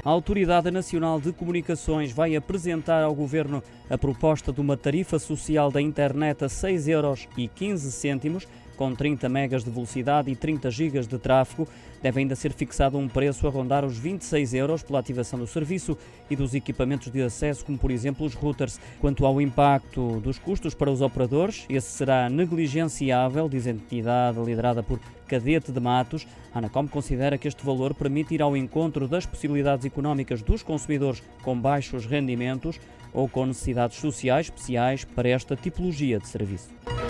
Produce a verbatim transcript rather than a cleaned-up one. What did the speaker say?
A Autoridade Nacional de Comunicações vai apresentar ao Governo a proposta de uma tarifa social da internet a seis euros e quinze cêntimos, com trinta megas de velocidade e trinta gigas de tráfego. Deve ainda ser fixado um preço a rondar os vinte e seis euros pela ativação do serviço e dos equipamentos de acesso, como por exemplo os routers. Quanto ao impacto dos custos para os operadores, esse será negligenciável, diz a entidade liderada por Cadete de Matos. A Anacom considera que este valor permite ir ao encontro das possibilidades económicas dos consumidores com baixos rendimentos ou com necessidades sociais especiais para esta tipologia de serviço.